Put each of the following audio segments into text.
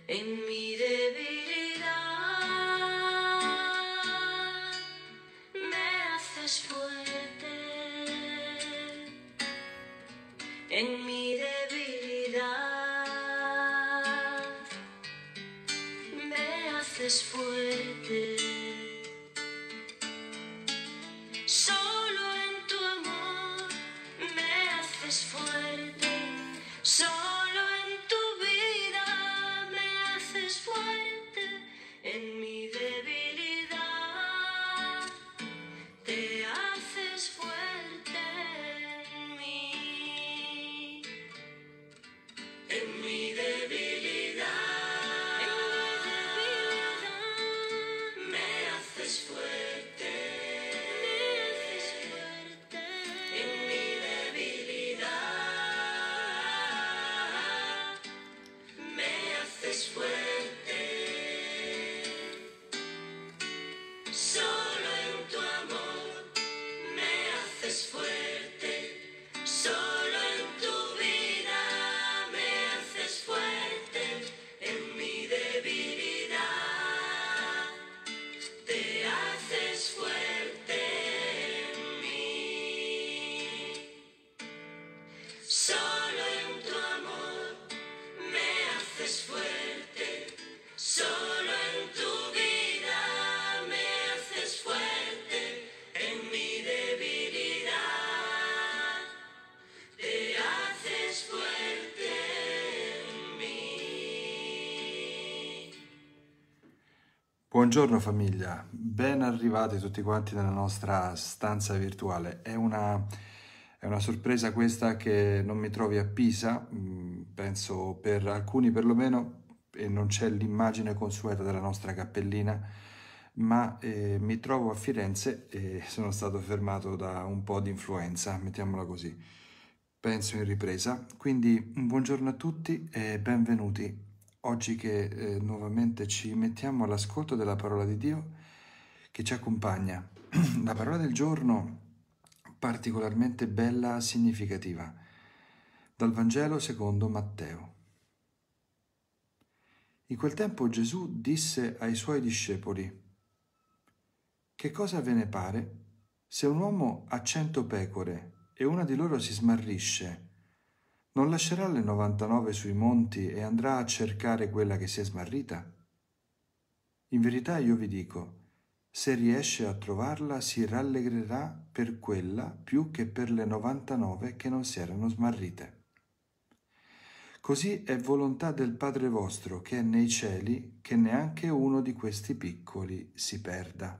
en mi debilidad me haces fuerte, en mi debilidad me haces fuerte. Solo en tu amor me haces fuerte, solo en tu vida me haces fuerte, en mi debilidad te haces fuerte en mí, en mi debilidad me haces fuerte. En mi debilidad me haces fuerte, solo en tu amor me haces fuerte, solo en tu vida me haces fuerte, en mi debilidad te haces fuerte en mí. Solo en tu amor me haces fuerte, solo en tu vida me haces fuerte, en mi debilidad te haces fuerte en mí. Buongiorno famiglia, ben arrivati tutti quanti nella nostra stanza virtuale. È una sorpresa questa che non mi trovi a Pisa, penso per alcuni perlomeno, e non c'è l'immagine consueta della nostra cappellina, ma mi trovo a Firenze e sono stato fermato da un po' di influenza, mettiamola così. Penso in ripresa, quindi un buongiorno a tutti e benvenuti. Oggi che nuovamente ci mettiamo all'ascolto della parola di Dio che ci accompagna. La parola del giorno particolarmente bella, significativa, dal Vangelo secondo Matteo. In quel tempo Gesù disse ai suoi discepoli: «Che cosa ve ne pare se un uomo ha 100 pecore e una di loro si smarrisce? Non lascerà le 99 sui monti e andrà a cercare quella che si è smarrita? In verità io vi dico, se riesce a trovarla si rallegrerà per quella più che per le 99 che non si erano smarrite. Così è volontà del Padre vostro che è nei cieli che neanche uno di questi piccoli si perda».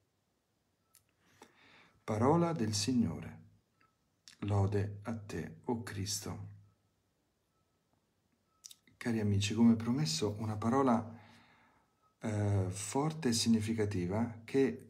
Parola del Signore. Lode a te, o Cristo. Cari amici, come promesso, una parola forte e significativa che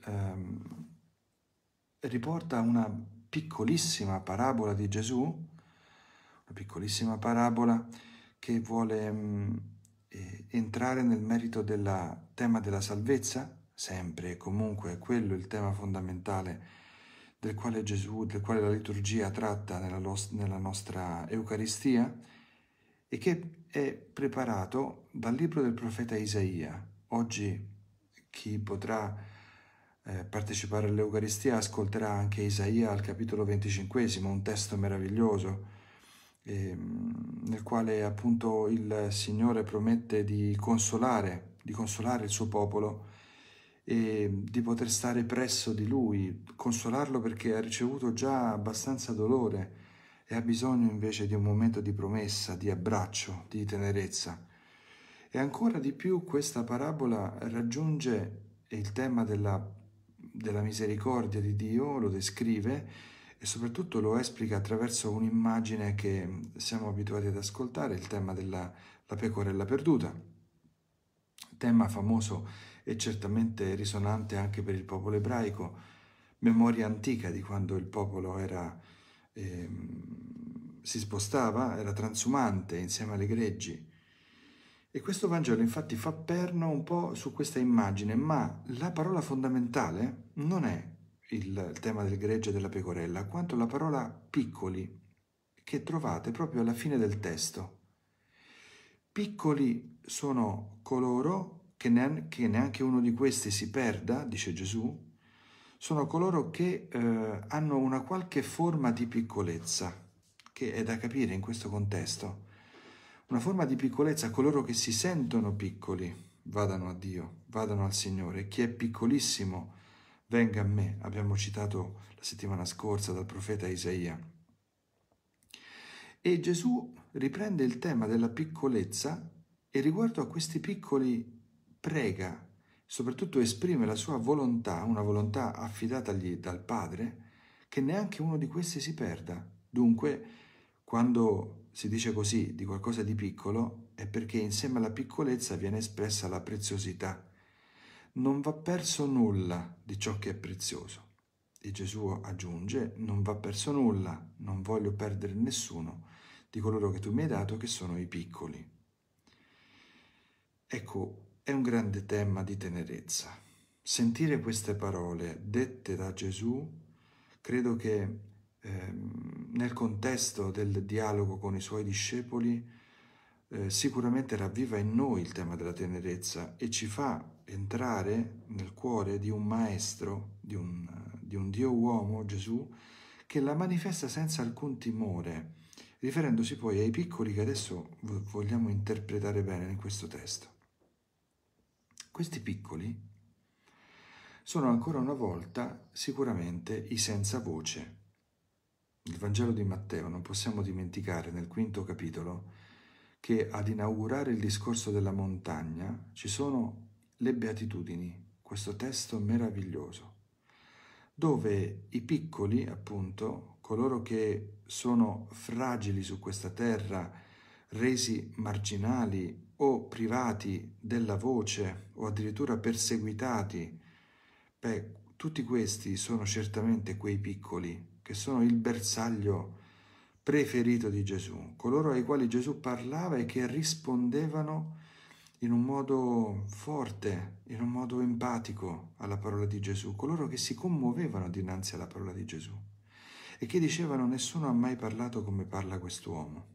riporta una piccolissima parabola di Gesù, una piccolissima parabola che vuole entrare nel merito del tema della salvezza, sempre e comunque è quello il tema fondamentale del quale la liturgia tratta nella nostra Eucaristia, e che è preparato dal libro del profeta Isaia. Oggi chi potrà partecipare all'Eucaristia ascolterà anche Isaia al capitolo 25, un testo meraviglioso nel quale appunto il Signore promette di consolare il suo popolo e di poter stare presso di Lui, consolarlo perché ha ricevuto già abbastanza dolore e ha bisogno invece di un momento di promessa, di abbraccio, di tenerezza. E ancora di più questa parabola raggiunge il tema della misericordia di Dio, lo descrive e soprattutto lo esplica attraverso un'immagine che siamo abituati ad ascoltare, il tema della pecorella perduta, tema famoso e certamente risonante anche per il popolo ebraico, memoria antica di quando il popolo si spostava, era transumante insieme alle greggi. E questo Vangelo infatti fa perno un po' su questa immagine, ma la parola fondamentale non è il tema del gregge e della pecorella, quanto la parola piccoli, che trovate proprio alla fine del testo. Piccoli sono coloro che neanche uno di questi si perda, dice Gesù, sono coloro che hanno una qualche forma di piccolezza, che è da capire in questo contesto. Una forma di piccolezza, coloro che si sentono piccoli, vadano a Dio, vadano al Signore. Chi è piccolissimo, venga a me. Abbiamo citato la settimana scorsa dal profeta Isaia. E Gesù riprende il tema della piccolezza e riguardo a questi piccoli prega, soprattutto esprime la sua volontà, una volontà affidatagli dal Padre, che neanche uno di questi si perda. Dunque, quando si dice così di qualcosa di piccolo, è perché insieme alla piccolezza viene espressa la preziosità. Non va perso nulla di ciò che è prezioso. E Gesù aggiunge, non va perso nulla, non voglio perdere nessuno di coloro che tu mi hai dato, che sono i piccoli. Ecco, è un grande tema di tenerezza. Sentire queste parole dette da Gesù, credo che nel contesto del dialogo con i suoi discepoli sicuramente ravviva in noi il tema della tenerezza e ci fa entrare nel cuore di un maestro, di un Dio uomo, Gesù, che la manifesta senza alcun timore, riferendosi poi ai piccoli che adesso vogliamo interpretare bene in questo testo. Questi piccoli sono ancora una volta sicuramente i senza voce. Il Vangelo di Matteo non possiamo dimenticare nel 5° capitolo che ad inaugurare il discorso della montagna ci sono le beatitudini, questo testo meraviglioso, dove i piccoli, appunto, coloro che sono fragili su questa terra, resi marginali o privati della voce o addirittura perseguitati, tutti questi sono certamente quei piccoli che sono il bersaglio preferito di Gesù, coloro ai quali Gesù parlava e che rispondevano in un modo forte, in un modo empatico alla parola di Gesù, coloro che si commuovevano dinanzi alla parola di Gesù e che dicevano nessuno ha mai parlato come parla quest'uomo.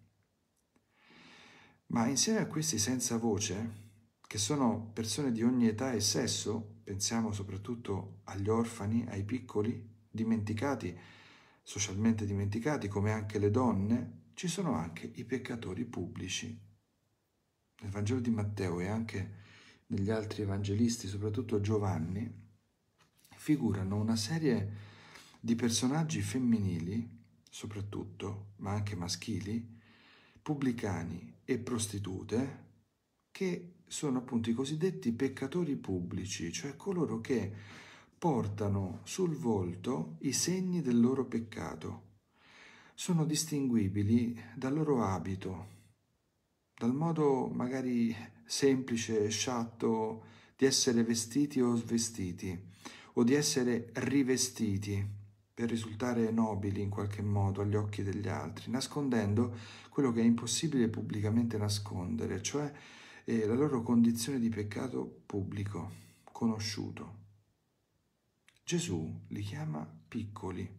Ma insieme a questi senza voce, che sono persone di ogni età e sesso, pensiamo soprattutto agli orfani, ai piccoli, dimenticati, socialmente dimenticati, come anche le donne, ci sono anche i peccatori pubblici. Nel Vangelo di Matteo e anche negli altri evangelisti, soprattutto Giovanni, figurano una serie di personaggi femminili, soprattutto, ma anche maschili, pubblicani e prostitute, che sono appunto i cosiddetti peccatori pubblici, cioè coloro che portano sul volto i segni del loro peccato. Sono distinguibili dal loro abito, dal modo magari semplice, sciatto, di essere vestiti o svestiti, o di essere rivestiti per risultare nobili in qualche modo agli occhi degli altri, nascondendo quello che è impossibile pubblicamente nascondere, cioè la loro condizione di peccato pubblico, conosciuto. Gesù li chiama piccoli.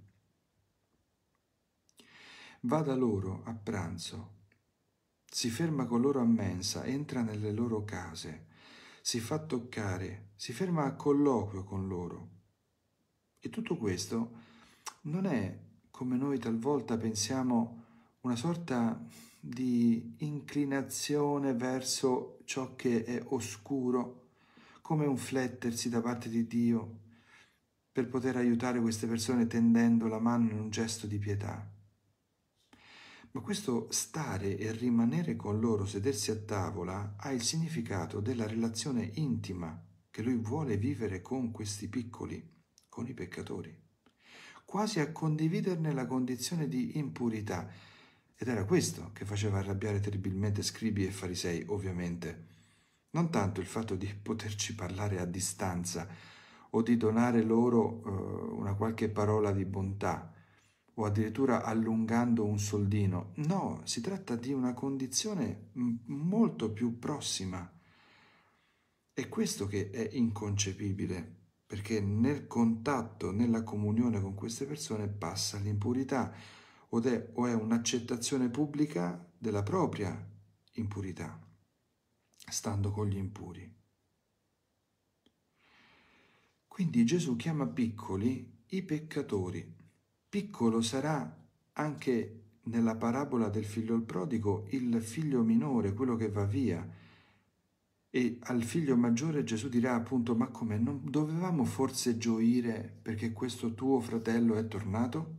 Va da loro a pranzo, si ferma con loro a mensa, entra nelle loro case, si fa toccare, si ferma a colloquio con loro. E tutto questo non è, come noi talvolta pensiamo, una sorta di inclinazione verso ciò che è oscuro, come un flettersi da parte di Dio per poter aiutare queste persone tendendo la mano in un gesto di pietà. Ma questo stare e rimanere con loro, sedersi a tavola, ha il significato della relazione intima che lui vuole vivere con questi piccoli, con i peccatori, quasi a condividerne la condizione di impurità. Ed era questo che faceva arrabbiare terribilmente scribi e farisei, ovviamente. Non tanto il fatto di poterci parlare a distanza o di donare loro una qualche parola di bontà, o addirittura allungando un soldino. No, si tratta di una condizione molto più prossima. È questo che è inconcepibile, perché nel contatto, nella comunione con queste persone passa l'impurità, o è un'accettazione pubblica della propria impurità. stando con gli impuri. Quindi Gesù chiama piccoli i peccatori. Piccolo sarà anche nella parabola del figlio prodigo il figlio minore, quello che va via. E al figlio maggiore Gesù dirà appunto: ma come, non dovevamo forse gioire perché questo tuo fratello è tornato?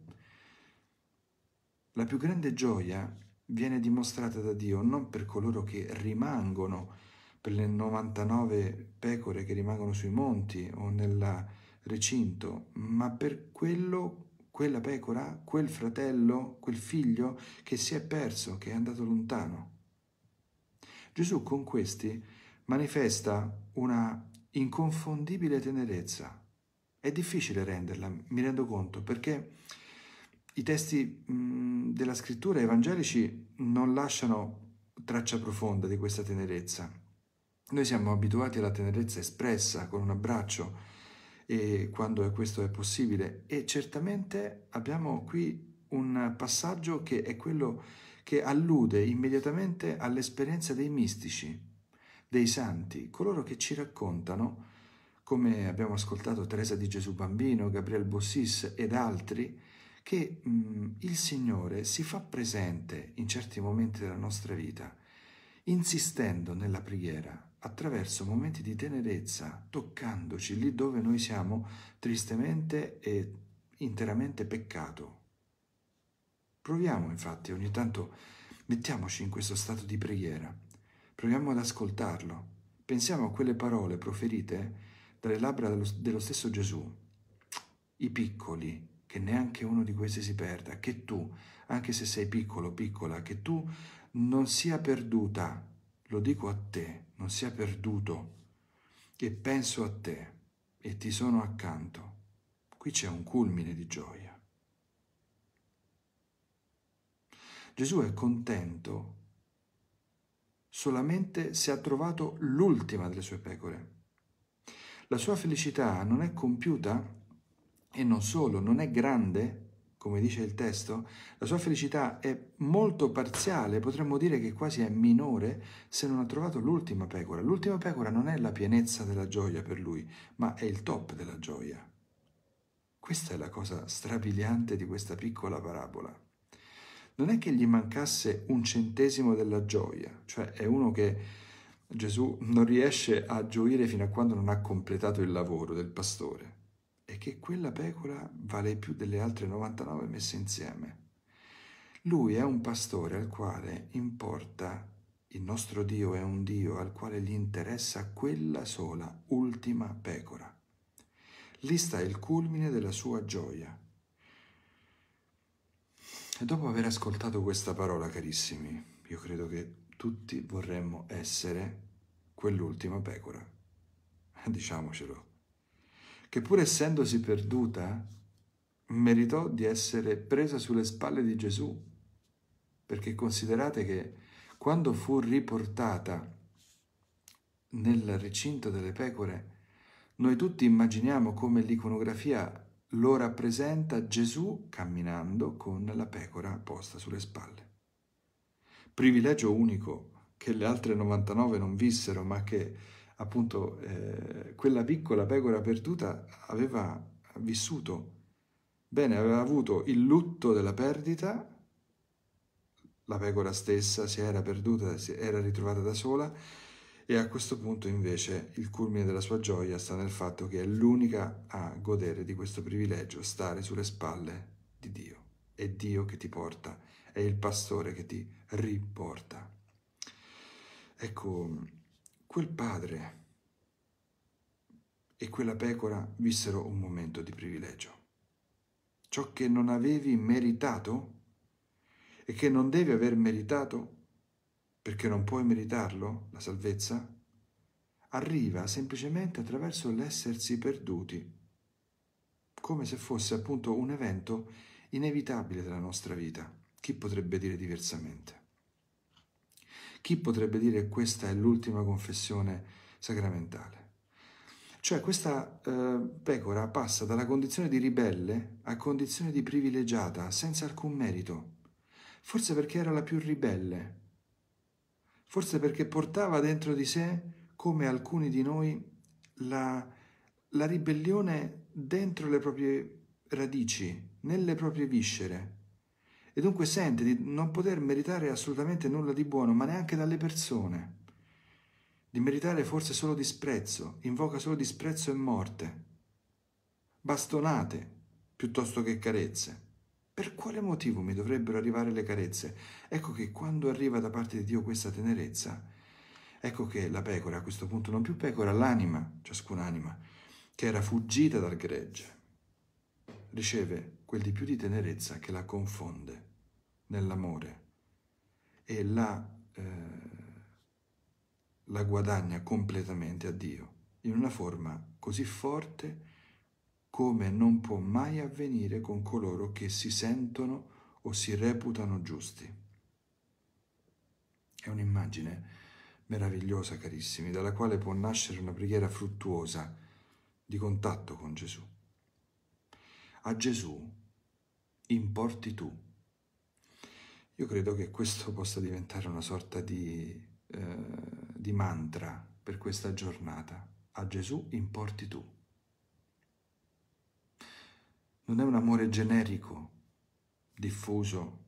La più grande gioia viene dimostrata da Dio non per coloro che rimangono, per le 99 pecore che rimangono sui monti o nel recinto, ma per quella pecora, quel fratello, quel figlio che si è perso, che è andato lontano. Gesù con questi manifesta una inconfondibile tenerezza. È difficile renderla, mi rendo conto, perché i testi della scrittura evangelici non lasciano traccia profonda di questa tenerezza. Noi siamo abituati alla tenerezza espressa, con un abbraccio, e quando questo è possibile. E certamente abbiamo qui un passaggio che è quello che allude immediatamente all'esperienza dei mistici, dei santi, coloro che ci raccontano, come abbiamo ascoltato Teresa di Gesù Bambino, Gabriel Bossis ed altri, che il Signore si fa presente in certi momenti della nostra vita, insistendo nella preghiera attraverso momenti di tenerezza, toccandoci lì dove noi siamo tristemente e interamente peccato. Proviamo infatti ogni tanto, mettiamoci in questo stato di preghiera, proviamo ad ascoltarlo, pensiamo a quelle parole proferite dalle labbra dello stesso Gesù: i piccoli, che neanche uno di questi si perda, che tu, anche se sei piccolo, piccola, che tu non sia perduta, lo dico a te, non sia perduto, e penso a te e ti sono accanto. Qui c'è un culmine di gioia. Gesù è contento solamente se ha trovato l'ultima delle sue pecore. La sua felicità non è compiuta e non solo, non è grande, come dice il testo, la sua felicità è molto parziale, potremmo dire che quasi è minore se non ha trovato l'ultima pecora. L'ultima pecora non è la pienezza della gioia per lui, ma è il top della gioia. Questa è la cosa strabiliante di questa piccola parabola. Non è che gli mancasse un centesimo della gioia, cioè è uno che Gesù non riesce a gioire fino a quando non ha completato il lavoro del pastore, e che quella pecora vale più delle altre 99 messe insieme. Lui è un pastore al quale importa, il nostro Dio è un Dio al quale gli interessa quella sola, ultima pecora. Lì sta il culmine della sua gioia. E dopo aver ascoltato questa parola, carissimi, io credo che tutti vorremmo essere quell'ultima pecora, diciamocelo, che pur essendosi perduta, meritò di essere presa sulle spalle di Gesù, perché considerate che quando fu riportata nel recinto delle pecore, noi tutti immaginiamo come l'iconografia lo rappresenta Gesù camminando con la pecora posta sulle spalle. Privilegio unico che le altre 99 non vissero, ma che appunto quella piccola pecora perduta aveva vissuto. Bene, aveva avuto il lutto della perdita, la pecora stessa si era perduta, si era ritrovata da sola, e a questo punto invece il culmine della sua gioia sta nel fatto che è l'unica a godere di questo privilegio, stare sulle spalle di Dio. È Dio che ti porta, è il pastore che ti riporta. Ecco, quel padre e quella pecora vissero un momento di privilegio. Ciò che non avevi meritato e che non devi aver meritato, perché non puoi meritarlo, la salvezza, arriva semplicemente attraverso l'essersi perduti, come se fosse appunto un evento inevitabile della nostra vita. Chi potrebbe dire diversamente? Chi potrebbe dire che questa è l'ultima confessione sacramentale? Cioè questa pecora passa dalla condizione di ribelle a condizione di privilegiata, senza alcun merito. Forse perché era la più ribelle. Forse perché portava dentro di sé, come alcuni di noi, la ribellione dentro le proprie radici, nelle proprie viscere. E dunque sente di non poter meritare assolutamente nulla di buono, ma neanche dalle persone. Di meritare forse solo disprezzo, invoca solo disprezzo e morte. Bastonate piuttosto che carezze. Per quale motivo mi dovrebbero arrivare le carezze? Ecco che quando arriva da parte di Dio questa tenerezza, ecco che la pecora, a questo punto non più pecora, l'anima, ciascun'anima, che era fuggita dal gregge, riceve quel di più di tenerezza che la confonde nell'amore e la guadagna completamente a Dio, in una forma così forte come non può mai avvenire con coloro che si sentono o si reputano giusti. È un'immagine meravigliosa, carissimi, dalla quale può nascere una preghiera fruttuosa di contatto con Gesù. A Gesù importi tu. Io credo che questo possa diventare una sorta di mantra per questa giornata. A Gesù importi tu. Non è un amore generico, diffuso,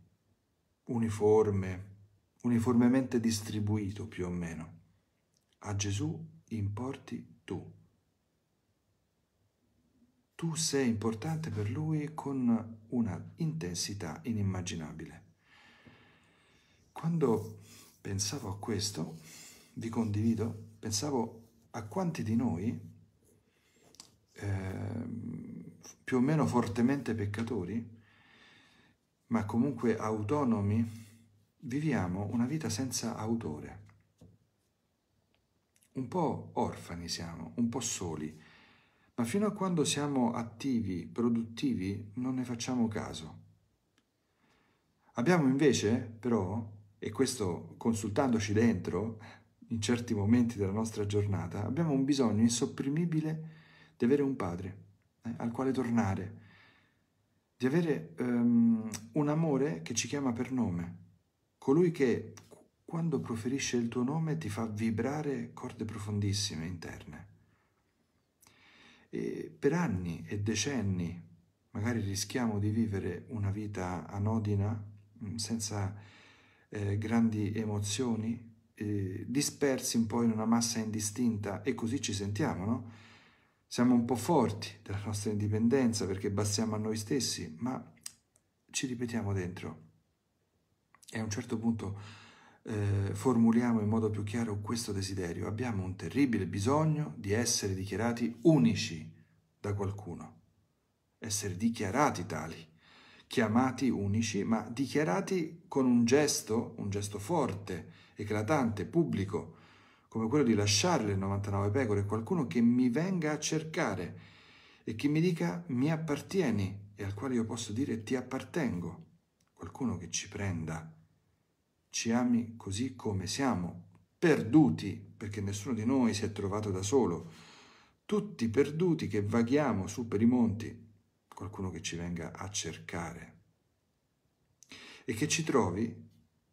uniformemente distribuito più o meno. A Gesù importi tu. Tu sei importante per Lui con una intensità inimmaginabile. Quando pensavo a questo, vi condivido, pensavo a quanti di noi, più o meno fortemente peccatori, ma comunque autonomi, viviamo una vita senza autore. Un po' orfani siamo, un po' soli, ma fino a quando siamo attivi, produttivi, non ne facciamo caso. Abbiamo invece, però, e questo consultandoci dentro, in certi momenti della nostra giornata, abbiamo un bisogno insopprimibile di avere un padre al quale tornare, di avere un amore che ci chiama per nome, colui che quando proferisce il tuo nome ti fa vibrare corde profondissime interne. E per anni e decenni magari rischiamo di vivere una vita anodina, senza grandi emozioni, dispersi un po' in una massa indistinta, e così ci sentiamo, no? Siamo un po' forti della nostra indipendenza perché bastiamo a noi stessi, ma ci ripetiamo dentro e a un certo punto formuliamo in modo più chiaro questo desiderio. Abbiamo un terribile bisogno di essere dichiarati unici da qualcuno, essere dichiarati tali, chiamati unici, ma dichiarati con un gesto forte, eclatante, pubblico, come quello di lasciare le 99 pecore, qualcuno che mi venga a cercare e che mi dica mi appartieni e al quale io posso dire ti appartengo, qualcuno che ci prenda, ci ami così come siamo, perduti, perché nessuno di noi si è trovato da solo, tutti perduti che vaghiamo su per i monti, qualcuno che ci venga a cercare e che ci trovi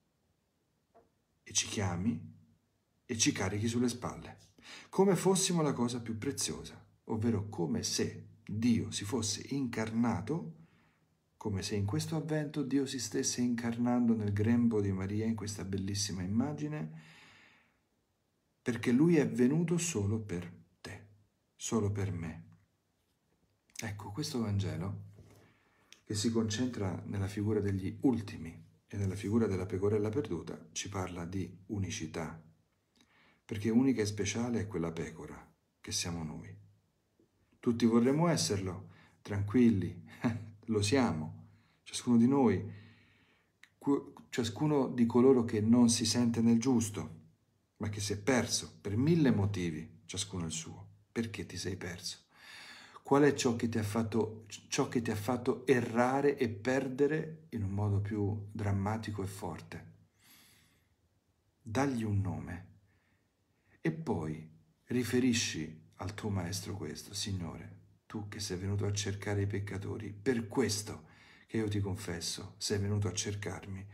e ci chiami e ci carichi sulle spalle, come fossimo la cosa più preziosa, ovvero come se Dio si fosse incarnato, come se in questo avvento Dio si stesse incarnando nel grembo di Maria in questa bellissima immagine, perché Lui è venuto solo per te, solo per me. Ecco, questo Vangelo, che si concentra nella figura degli ultimi e nella figura della pecorella perduta, ci parla di unicità, perché unica e speciale è quella pecora che siamo noi. Tutti vorremmo esserlo, tranquilli, lo siamo, ciascuno di noi, ciascuno di coloro che non si sente nel giusto, ma che si è perso per 1000 motivi, ciascuno il suo. Perché ti sei perso? Qual è ciò che ti ha fatto errare e perdere in un modo più drammatico e forte? Dagli un nome e poi riferisci al tuo maestro questo: Signore, tu che sei venuto a cercare i peccatori, per questo che io ti confesso, sei venuto a cercarmi,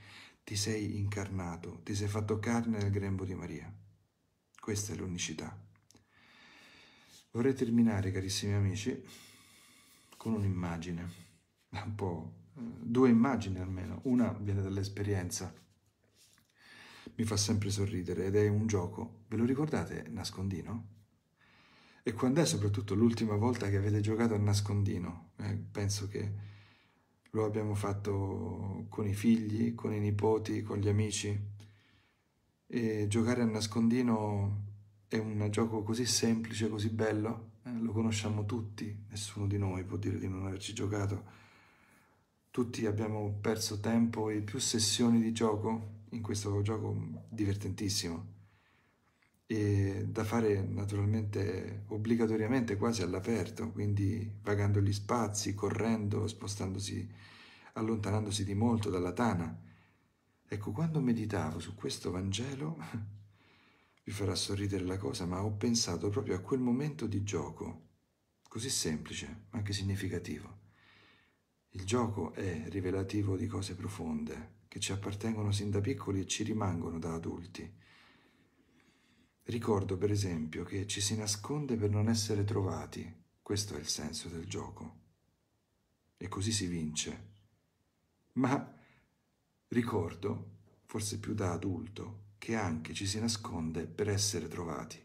ti sei incarnato, ti sei fatto carne nel grembo di Maria. Questa è l'unicità. Vorrei terminare, carissimi amici, con un'immagine, un po', due immagini almeno. Una viene dall'esperienza, mi fa sempre sorridere, ed è un gioco. Ve lo ricordate, nascondino? E quando è soprattutto l'ultima volta che avete giocato a nascondino? Penso che lo abbiamo fatto con i figli, con i nipoti, con gli amici. E giocare a nascondino è un gioco così semplice, così bello. Lo conosciamo tutti, nessuno di noi può dire di non averci giocato. Tutti abbiamo perso tempo e più sessioni di gioco in questo gioco divertentissimo. E da fare naturalmente obbligatoriamente quasi all'aperto, quindi vagando gli spazi, correndo, spostandosi, allontanandosi di molto dalla tana. Ecco, quando meditavo su questo Vangelo, vi farà sorridere la cosa, ma ho pensato proprio a quel momento di gioco, così semplice, ma anche significativo. Il gioco è rivelativo di cose profonde, che ci appartengono sin da piccoli e ci rimangono da adulti. Ricordo, per esempio, che ci si nasconde per non essere trovati. Questo è il senso del gioco. E così si vince. Ma ricordo, forse più da adulto, che anche ci si nasconde per essere trovati.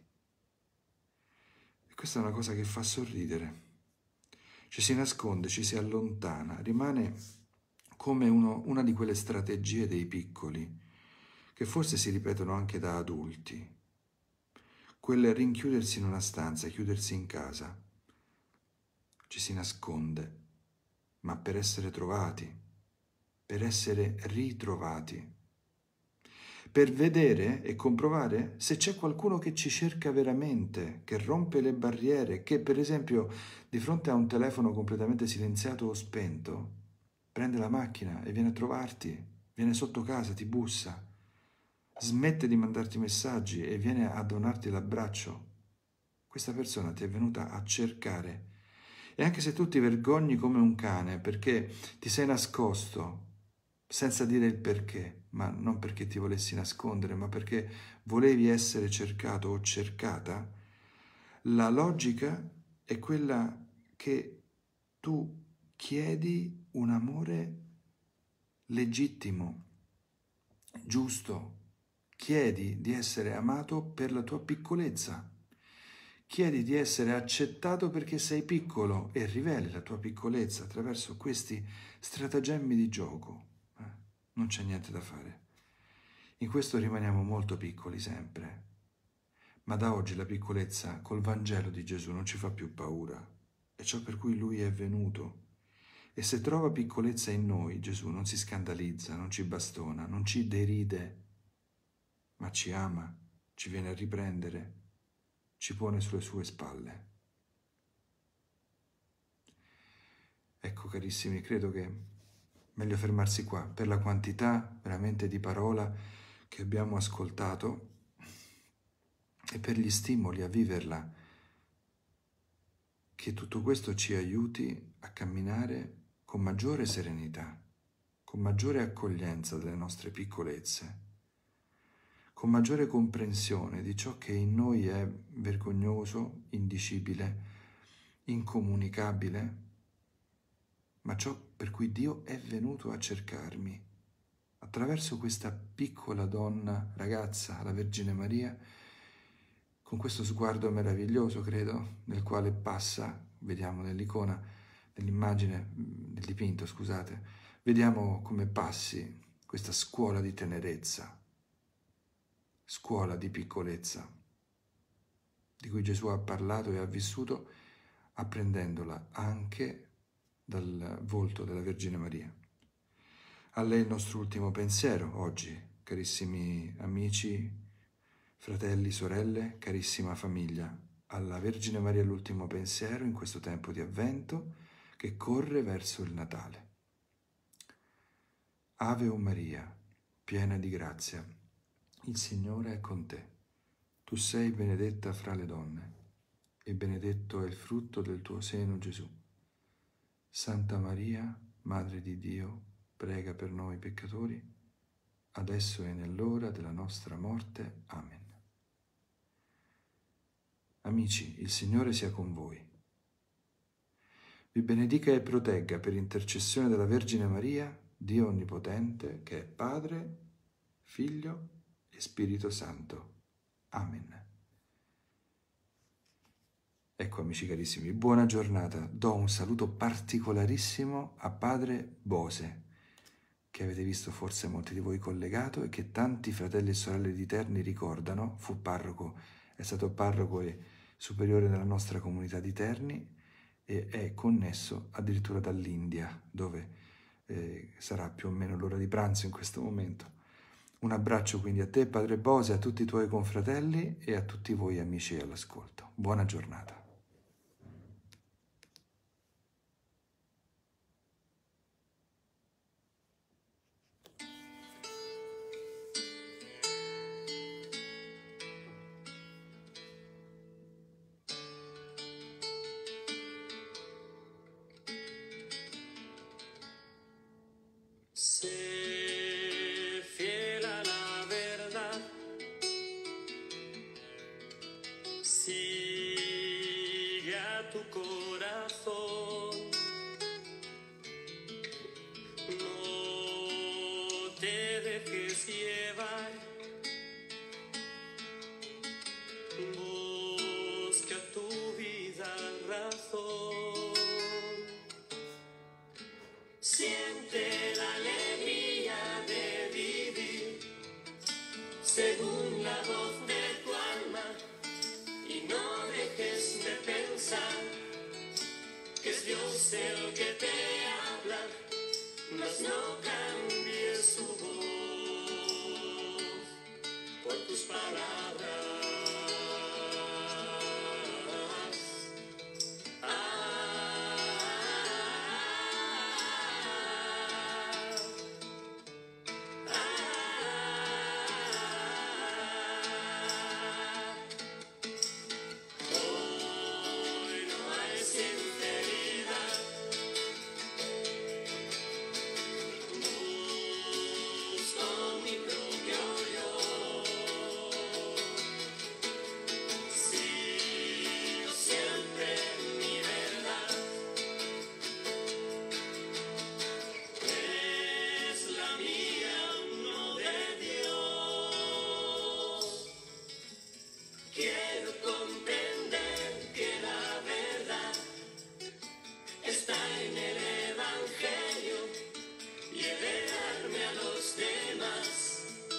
E questa è una cosa che fa sorridere. Ci si nasconde, ci si allontana, rimane come una di quelle strategie dei piccoli, che forse si ripetono anche da adulti. Quel rinchiudersi in una stanza, chiudersi in casa. Ci si nasconde, ma per essere trovati, per essere ritrovati, per vedere e comprovare se c'è qualcuno che ci cerca veramente, che rompe le barriere, che per esempio di fronte a un telefono completamente silenziato o spento, prende la macchina e viene a trovarti, viene sotto casa, ti bussa, smette di mandarti messaggi e viene a donarti l'abbraccio. Questa persona ti è venuta a cercare. E anche se tu ti vergogni come un cane perché ti sei nascosto senza dire il perché, ma non perché ti volessi nascondere, ma perché volevi essere cercato o cercata, la logica è quella che tu chiedi un amore legittimo, giusto, chiedi di essere amato per la tua piccolezza. Chiedi di essere accettato perché sei piccolo e riveli la tua piccolezza attraverso questi stratagemmi di gioco. Non c'è niente da fare. In questo rimaniamo molto piccoli sempre. Ma da oggi la piccolezza col Vangelo di Gesù non ci fa più paura. È ciò per cui Lui è venuto. E se trova piccolezza in noi, Gesù non si scandalizza, non ci bastona, non ci deride, ma ci ama, ci viene a riprendere, ci pone sulle sue spalle. Ecco, carissimi, credo che meglio fermarsi qua per la quantità veramente di parola che abbiamo ascoltato e per gli stimoli a viverla, che tutto questo ci aiuti a camminare con maggiore serenità, con maggiore accoglienza delle nostre piccolezze, con maggiore comprensione di ciò che in noi è vergognoso, indicibile, incomunicabile, ma ciò per cui Dio è venuto a cercarmi. Attraverso questa piccola donna, ragazza, la Vergine Maria, con questo sguardo meraviglioso, credo, nel quale passa, vediamo nell'icona, nell'immagine, nel dipinto, scusate, vediamo come passi questa scuola di tenerezza, scuola di piccolezza, di cui Gesù ha parlato e ha vissuto, apprendendola anche dal volto della Vergine Maria. A lei il nostro ultimo pensiero oggi, carissimi amici, fratelli, sorelle, carissima famiglia. Alla Vergine Maria l'ultimo pensiero in questo tempo di Avvento che corre verso il Natale. Ave o Maria, piena di grazia, il Signore è con te. Tu sei benedetta fra le donne e benedetto è il frutto del tuo seno, Gesù. Santa Maria, Madre di Dio, prega per noi peccatori, adesso e nell'ora della nostra morte. Amen. Amici, il Signore sia con voi. Vi benedica e protegga per intercessione della Vergine Maria, Dio Onnipotente, che è Padre, Figlio e Spirito Santo. Amen. Ecco, amici carissimi, buona giornata. Do un saluto particolarissimo a Padre Bose, che avete visto forse molti di voi collegato e che tanti fratelli e sorelle di Terni ricordano. Fu parroco, è stato parroco e superiore nella nostra comunità di Terni e è connesso addirittura dall'India, dove sarà più o meno l'ora di pranzo in questo momento. Un abbraccio quindi a te, Padre Bose, a tutti i tuoi confratelli e a tutti voi amici all'ascolto. Buona giornata. Sé fiel a la verdad, sigue a tu corazón, no te dejes llevar, busca tu vida razón, siente la alegría de vivir según la voz de tu alma y no dejes de pensar que es Dios el que te habla, mas no cambies tu voz por tus palabras.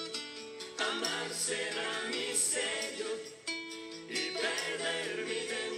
Será mi sello y perder mi